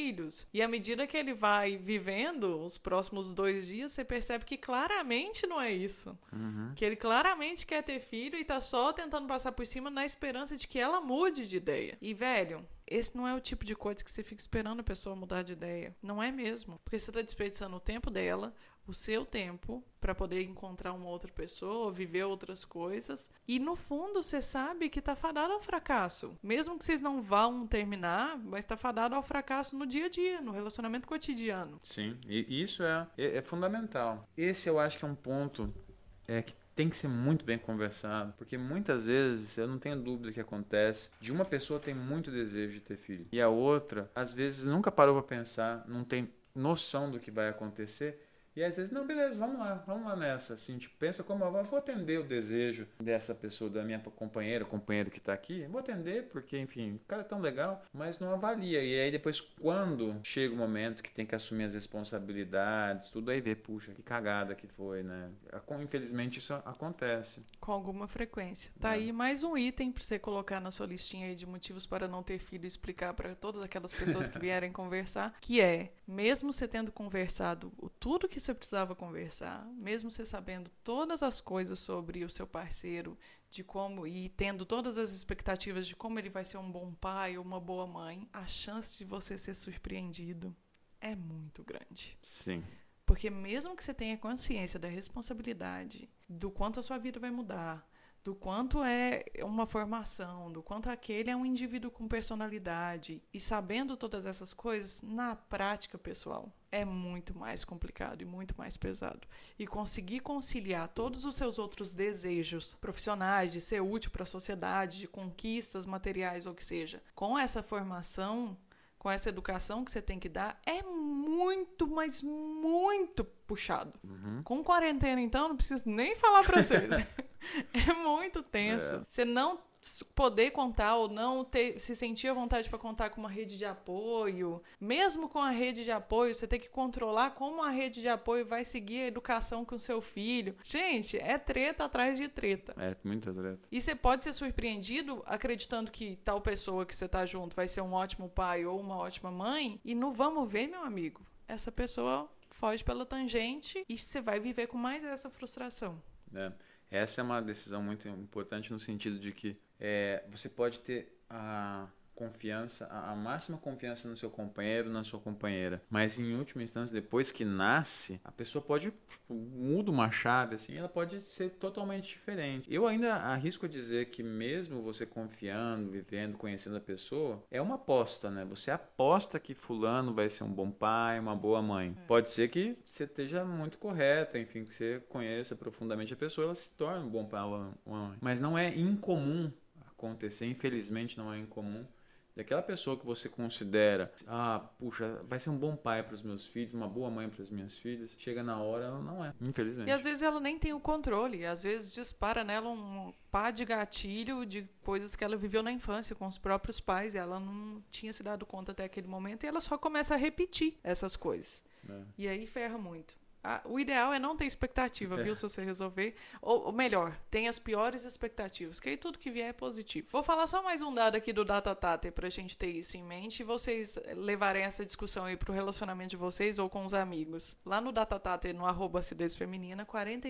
filhos. E à medida que ele vai vivendo os próximos 2 dias, você percebe que claramente não é isso. Que ele claramente quer ter filho e tá só tentando passar por cima na esperança de que ela mude de ideia. E, velho, esse não é o tipo de coisa que você fica esperando a pessoa mudar de ideia. Não é mesmo. Porque você tá desperdiçando o tempo dela, o seu tempo, para poder encontrar uma outra pessoa, viver outras coisas. E, no fundo, você sabe que tá fadado ao fracasso. Mesmo que vocês não vão terminar, mas tá fadado ao fracasso no dia a dia, no relacionamento cotidiano. Sim, e isso é fundamental. Esse eu acho que é um ponto que tem que ser muito bem conversado, porque muitas vezes, eu não tenho dúvida que acontece, de uma pessoa tem muito desejo de ter filho, e a outra, às vezes, nunca parou para pensar, não tem noção do que vai acontecer, e às vezes, não, beleza, vamos lá nessa, assim, tipo, pensa como eu vou atender o desejo dessa pessoa, da minha companheiro que tá aqui, vou atender porque, enfim, o cara é tão legal, mas não avalia, e aí depois, quando chega o momento que tem que assumir as responsabilidades, tudo aí vê, puxa, que cagada que foi, né? Infelizmente isso acontece. Com alguma frequência. Tá aí mais um item pra você colocar na sua listinha aí de motivos para não ter filho e explicar para todas aquelas pessoas que vierem conversar, que é, mesmo você tendo conversado tudo que você precisava conversar, mesmo você sabendo todas as coisas sobre o seu parceiro, de como, e tendo todas as expectativas de como ele vai ser um bom pai ou uma boa mãe, a chance de você ser surpreendido é muito grande. Sim. Porque mesmo que você tenha consciência da responsabilidade, do quanto a sua vida vai mudar, do quanto é uma formação, do quanto aquele é um indivíduo com personalidade, e sabendo todas essas coisas, na prática, pessoal, é muito mais complicado e muito mais pesado. E conseguir conciliar todos os seus outros desejos profissionais, de ser útil para a sociedade, de conquistas materiais ou o que seja, com essa formação, com essa educação que você tem que dar, é muito, mas muito puxado. Com quarentena, então, não preciso nem falar pra vocês. É muito tenso. Você não poder contar ou não se sentir à vontade para contar com uma rede de apoio. Mesmo com a rede de apoio, você tem que controlar como a rede de apoio vai seguir a educação com o seu filho. Gente, é treta atrás de treta. É, muita treta. E você pode ser surpreendido acreditando que tal pessoa que você tá junto vai ser um ótimo pai ou uma ótima mãe, e não vamos ver, meu amigo. Essa pessoa foge pela tangente e você vai viver com mais essa frustração. Essa é uma decisão muito importante no sentido de que você pode ter a confiança, a máxima confiança no seu companheiro, na sua companheira, mas em última instância, depois que nasce, a pessoa pode, muda uma chave, assim, ela pode ser totalmente diferente. Eu ainda arrisco a dizer que mesmo você confiando, vivendo, conhecendo a pessoa, é uma aposta, né? Você aposta que fulano vai ser um bom pai, uma boa mãe. Pode ser que você esteja muito correta, enfim, que você conheça profundamente a pessoa, ela se torna um bom pai ou uma mãe. Mas não é incomum acontecer, infelizmente não é incomum, daquela pessoa que você considera, puxa, vai ser um bom pai para os meus filhos, uma boa mãe para as minhas filhas, chega na hora, ela não é, infelizmente. E às vezes ela nem tem o controle, às vezes dispara nela um pá de gatilho de coisas que ela viveu na infância com os próprios pais, e ela não tinha se dado conta até aquele momento, e ela só começa a repetir essas coisas. E aí ferra muito. O ideal é não ter expectativa, viu? Se você resolver. Ou melhor, tem as piores expectativas, que aí tudo que vier é positivo. Vou falar só mais um dado aqui do DataTater pra gente ter isso em mente e vocês levarem essa discussão aí pro relacionamento de vocês ou com os amigos. Lá no DataTater, no @acidezfeminina,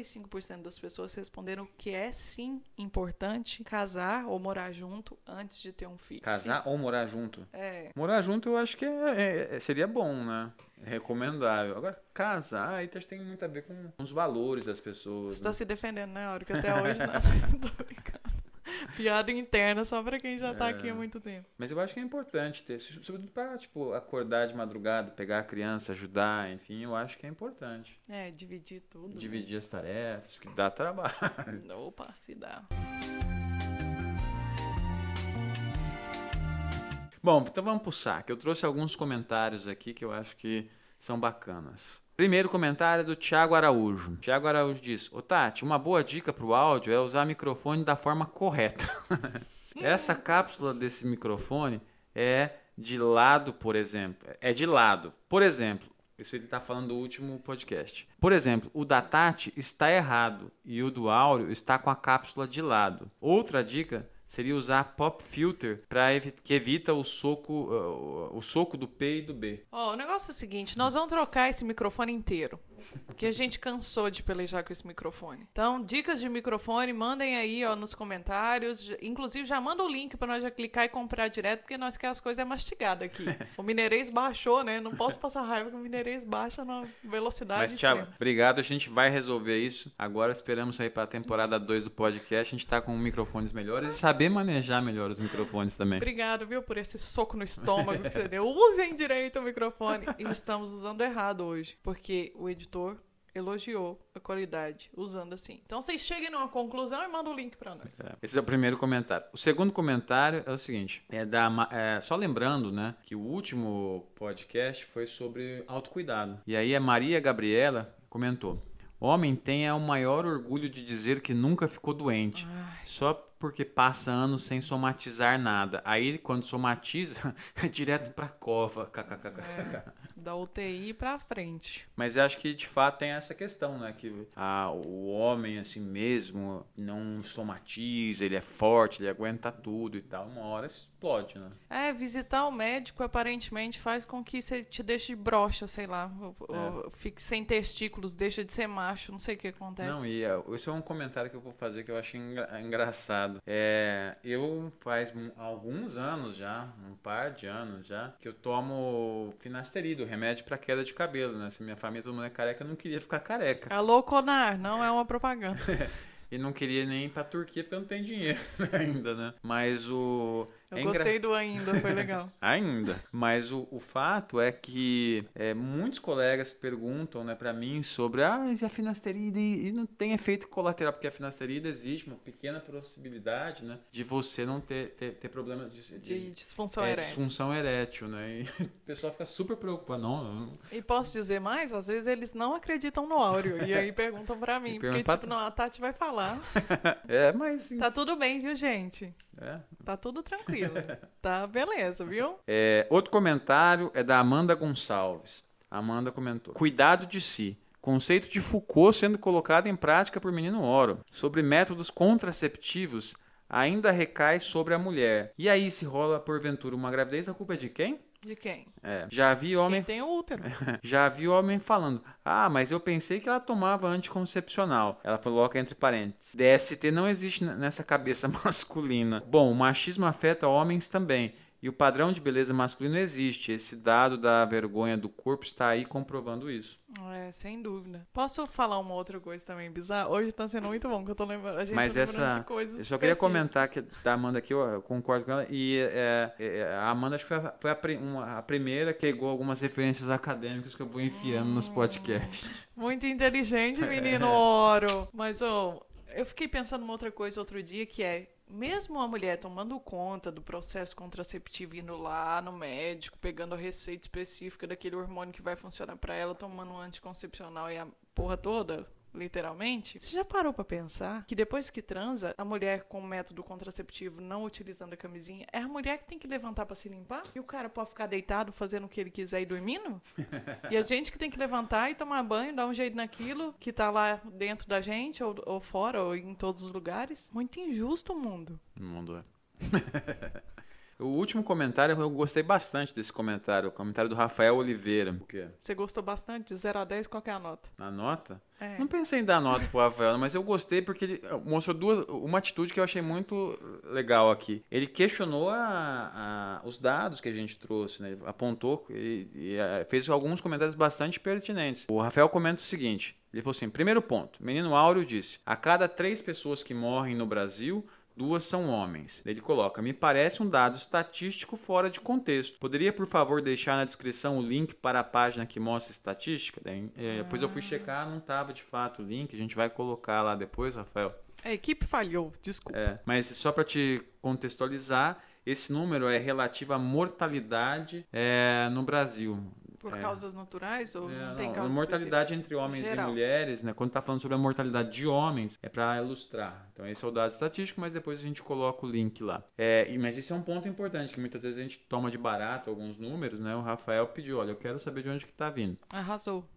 45% das pessoas responderam que é sim importante casar ou morar junto antes de ter um filho. Casar ou morar junto? Morar junto eu acho que seria bom, né? É recomendável. Agora, casar, aí tem muito a ver com os valores das pessoas. Você tá se defendendo, né, Auro? Que até hoje não. Tô brincando. Piada interna só pra quem já tá aqui há muito tempo. Mas eu acho que é importante ter, sobretudo pra, acordar de madrugada, pegar a criança, ajudar, enfim, eu acho que é importante. Dividir tudo. Dividir as tarefas, porque dá trabalho. Opa, se dá. Bom, então vamos pro saque. Eu trouxe alguns comentários aqui que eu acho que são bacanas. Primeiro comentário é do Thiago Araújo. Thiago Araújo diz: Ô Tati, uma boa dica pro áudio é usar o microfone da forma correta. Essa cápsula desse microfone é de lado, por exemplo. É de lado. Por exemplo, isso ele está falando do último podcast. Por exemplo, o da Tati está errado e o do Áureo está com a cápsula de lado. Outra dica seria usar pop filter que evita o soco do P e do B. O negócio é o seguinte, nós vamos trocar esse microfone inteiro, porque a gente cansou de pelejar com esse microfone. Então, dicas de microfone, mandem aí nos comentários. Inclusive, já manda o link para nós já clicar e comprar direto, porque nós queremos as coisas mastigadas aqui. O Mineirês baixou, né? Não posso passar raiva que o Mineirês baixa na velocidade. Mas, Thiago, obrigado. A gente vai resolver isso. Agora esperamos aí para a temporada 2 do podcast. A gente tá com microfones melhores e saber manejar melhor os microfones também. Obrigado, viu, por esse soco no estômago que você deu. Usem direito o microfone. E estamos usando errado hoje, porque o editor elogiou a qualidade usando assim. Então vocês cheguem numa conclusão e mandam o link para nós. Esse é o primeiro comentário. O segundo comentário é o seguinte, só lembrando, né, que o último podcast foi sobre autocuidado. E aí a Maria Gabriela comentou: homem tem o maior orgulho de dizer que nunca ficou doente. Só porque passa anos sem somatizar nada. Aí, quando somatiza, é direto pra cova. Da UTI pra frente. Mas eu acho que, de fato, tem essa questão, né? Que o homem, assim mesmo, não somatiza, ele é forte, ele aguenta tudo e tal. Uma hora explode, né? Visitar o médico, aparentemente, faz com que você te deixe broxa, sei lá. Ou fique sem testículos, deixa de ser macho, não sei o que acontece. Não, e esse é um comentário que eu vou fazer que eu acho engraçado. Eu faz alguns anos já, um par de anos já, que eu tomo finasterida, o remédio para queda de cabelo, né? Se minha família todo mundo é careca, eu não queria ficar careca. Alô, Conar, não é uma propaganda. E não queria nem ir pra Turquia porque eu não tenho dinheiro ainda, né? Mas eu gostei do ainda, foi legal. Ainda. Mas o fato é que muitos colegas perguntam, né, pra mim sobre e a finasterida e não tem efeito colateral, porque a finasterida existe uma pequena possibilidade, né, de você não ter problema de disfunção erétil. Disfunção erétil, né? E o pessoal fica super preocupado. Não. E posso dizer mais? Às vezes eles não acreditam no áudio e aí perguntam pra mim, porque não, a Tati vai falar. Mas... Tá tudo bem, viu, gente? Tá tudo tranquilo. Tá beleza, viu? Outro comentário é da Amanda Gonçalves. A Amanda comentou: cuidado de si. Conceito de Foucault sendo colocado em prática por Menino Oro. Sobre métodos contraceptivos, ainda recai sobre a mulher. E aí, se rola porventura uma gravidez, a culpa é de quem? De quem? Já vi homem... Quem tem o útero. Já vi homem falando: mas eu pensei que ela tomava anticoncepcional. Ela coloca entre parênteses: DST não existe nessa cabeça masculina. Bom, o machismo afeta homens também. E o padrão de beleza masculino existe. Esse dado da vergonha do corpo está aí comprovando isso. Sem dúvida. Posso falar uma outra coisa também bizarra? Hoje tá sendo muito bom que eu tô lembrando. Mas de coisas eu só queria comentar que da Amanda aqui, eu concordo com ela. E a Amanda acho que foi a primeira que pegou algumas referências acadêmicas que eu vou enfiando nos podcasts. Muito inteligente, menino Oro. Mas eu fiquei pensando numa outra coisa outro dia, que mesmo a mulher tomando conta do processo contraceptivo, indo lá no médico, pegando a receita específica daquele hormônio que vai funcionar pra ela, tomando um anticoncepcional e a porra toda, literalmente, você já parou pra pensar que depois que transa, a mulher com o método contraceptivo não utilizando a camisinha, é a mulher que tem que levantar pra se limpar? E o cara pode ficar deitado fazendo o que ele quiser e dormindo? E a gente que tem que levantar e tomar banho, dar um jeito naquilo que tá lá dentro da gente, ou fora, ou em todos os lugares? Muito injusto o mundo. O mundo O último comentário, eu gostei bastante desse comentário. O comentário do Rafael Oliveira. O quê? Você gostou bastante? De 0 a 10, qual que é a nota? A nota? Não pensei em dar nota pro Rafael, mas eu gostei porque ele mostrou uma atitude que eu achei muito legal aqui. Ele questionou os dados que a gente trouxe, né? Ele apontou e fez alguns comentários bastante pertinentes. O Rafael comenta o seguinte, ele falou assim: primeiro ponto, Menino Áureo disse: a cada 3 pessoas que morrem no Brasil, 2 são homens. Ele coloca: me parece um dado estatístico fora de contexto. Poderia, por favor, deixar na descrição o link para a página que mostra a estatística? Depois eu fui checar, não estava de fato o link. A gente vai colocar lá depois, Rafael. A equipe falhou, desculpa. Mas só para te contextualizar, esse número é relativo à mortalidade no Brasil. Por causas naturais ou não tem causa mortalidade entre homens geral. E mulheres, né? Quando está falando sobre a mortalidade de homens, é para ilustrar. Então esse é o dado estatístico, mas depois a gente coloca o link lá. Mas isso é um ponto importante, que muitas vezes a gente toma de barato alguns números, né? O Rafael pediu: olha, eu quero saber de onde que está vindo. Arrasou.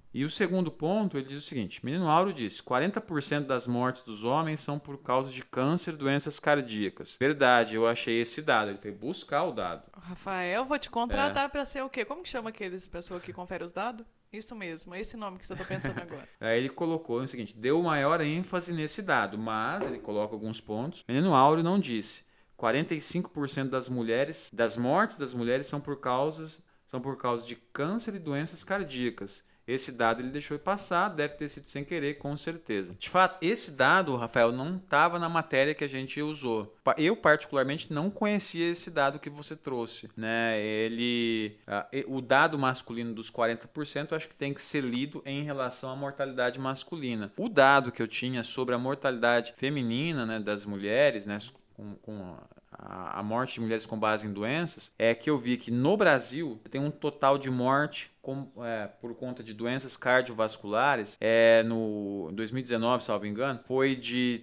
E o segundo ponto, ele diz o seguinte: Menino Áureo disse, 40% das mortes dos homens são por causa de câncer e doenças cardíacas. Verdade, eu achei esse dado. Ele foi buscar o dado. Rafael, vou te contratar pra ser o quê? Como que chama aqueles pessoas que conferem os dados? Isso mesmo, esse nome que você tá pensando agora. Aí ele colocou o seguinte: deu maior ênfase nesse dado, mas ele coloca alguns pontos. Menino Áureo não disse. 45% das mortes das mulheres são por causa de câncer e doenças cardíacas. Esse dado ele deixou passar, deve ter sido sem querer, com certeza. De fato, esse dado, Rafael, não estava na matéria que a gente usou. Eu, particularmente, não conhecia esse dado que você trouxe, né? O dado masculino dos 40%, eu acho que tem que ser lido em relação à mortalidade masculina. O dado que eu tinha sobre a mortalidade feminina, né, das mulheres, né, com a morte de mulheres com base em doenças, é que eu vi que no Brasil tem um total de morte por conta de doenças cardiovasculares, no 2019, salvo engano, foi de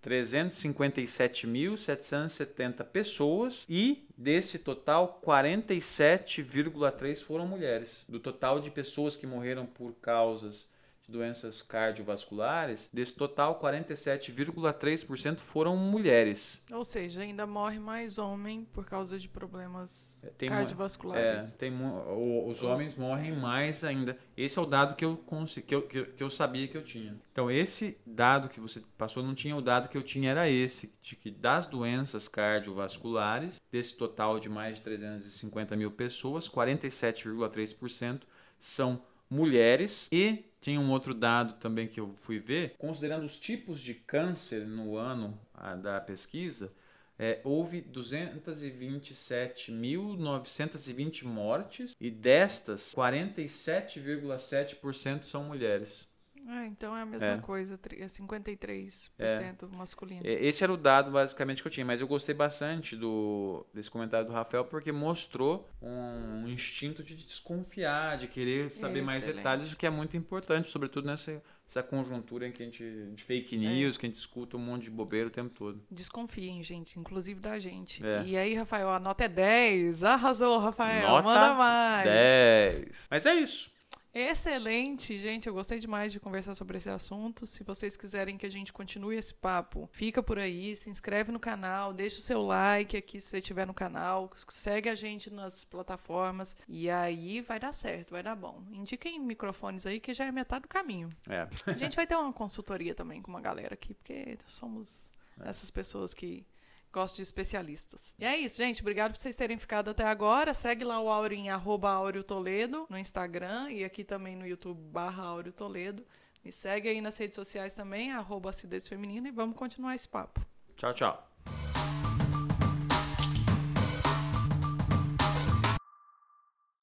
357.770 pessoas e desse total 47,3 foram mulheres. Do total de pessoas que morreram por causas de doenças cardiovasculares, desse total 47,3% foram mulheres. Ou seja, ainda morre mais homem por causa de problemas cardiovasculares. Os homens morrem mais ainda. Esse é o dado que eu sabia que eu tinha. Então, esse dado que você passou não tinha, o dado que eu tinha era esse, de que das doenças cardiovasculares, desse total de mais de 350 mil pessoas, 47,3% são mulheres. E tinha um outro dado também que eu fui ver, considerando os tipos de câncer no ano da pesquisa, houve 227.920 mortes e destas, 47,7% são mulheres. Então é a mesma coisa, 53% masculino. Esse era o dado basicamente que eu tinha, mas eu gostei bastante desse comentário do Rafael porque mostrou um instinto de desconfiar, de querer saber mais detalhes, o que é muito importante, sobretudo nessa conjuntura em que de fake news, que a gente escuta um monte de bobeira o tempo todo. Desconfiem, gente, inclusive da gente. E aí, Rafael, a nota é 10. Arrasou, Rafael. Nota manda mais. 10. Mas é isso. Excelente, gente, eu gostei demais de conversar sobre esse assunto. Se vocês quiserem que a gente continue esse papo, fica por aí, se inscreve no canal, deixa o seu like aqui se você estiver no canal, segue a gente nas plataformas e aí vai dar certo, vai dar bom. Indiquem microfones aí que já é metade do caminho. A gente vai ter uma consultoria também com uma galera aqui, porque somos essas pessoas que gosto de especialistas. E é isso, gente. Obrigado por vocês terem ficado até agora. Segue lá o Áureo em @AureoToledo no Instagram e aqui também no YouTube /AureoToledo. Me segue aí nas redes sociais também, @acidez feminina, e vamos continuar esse papo. Tchau, tchau.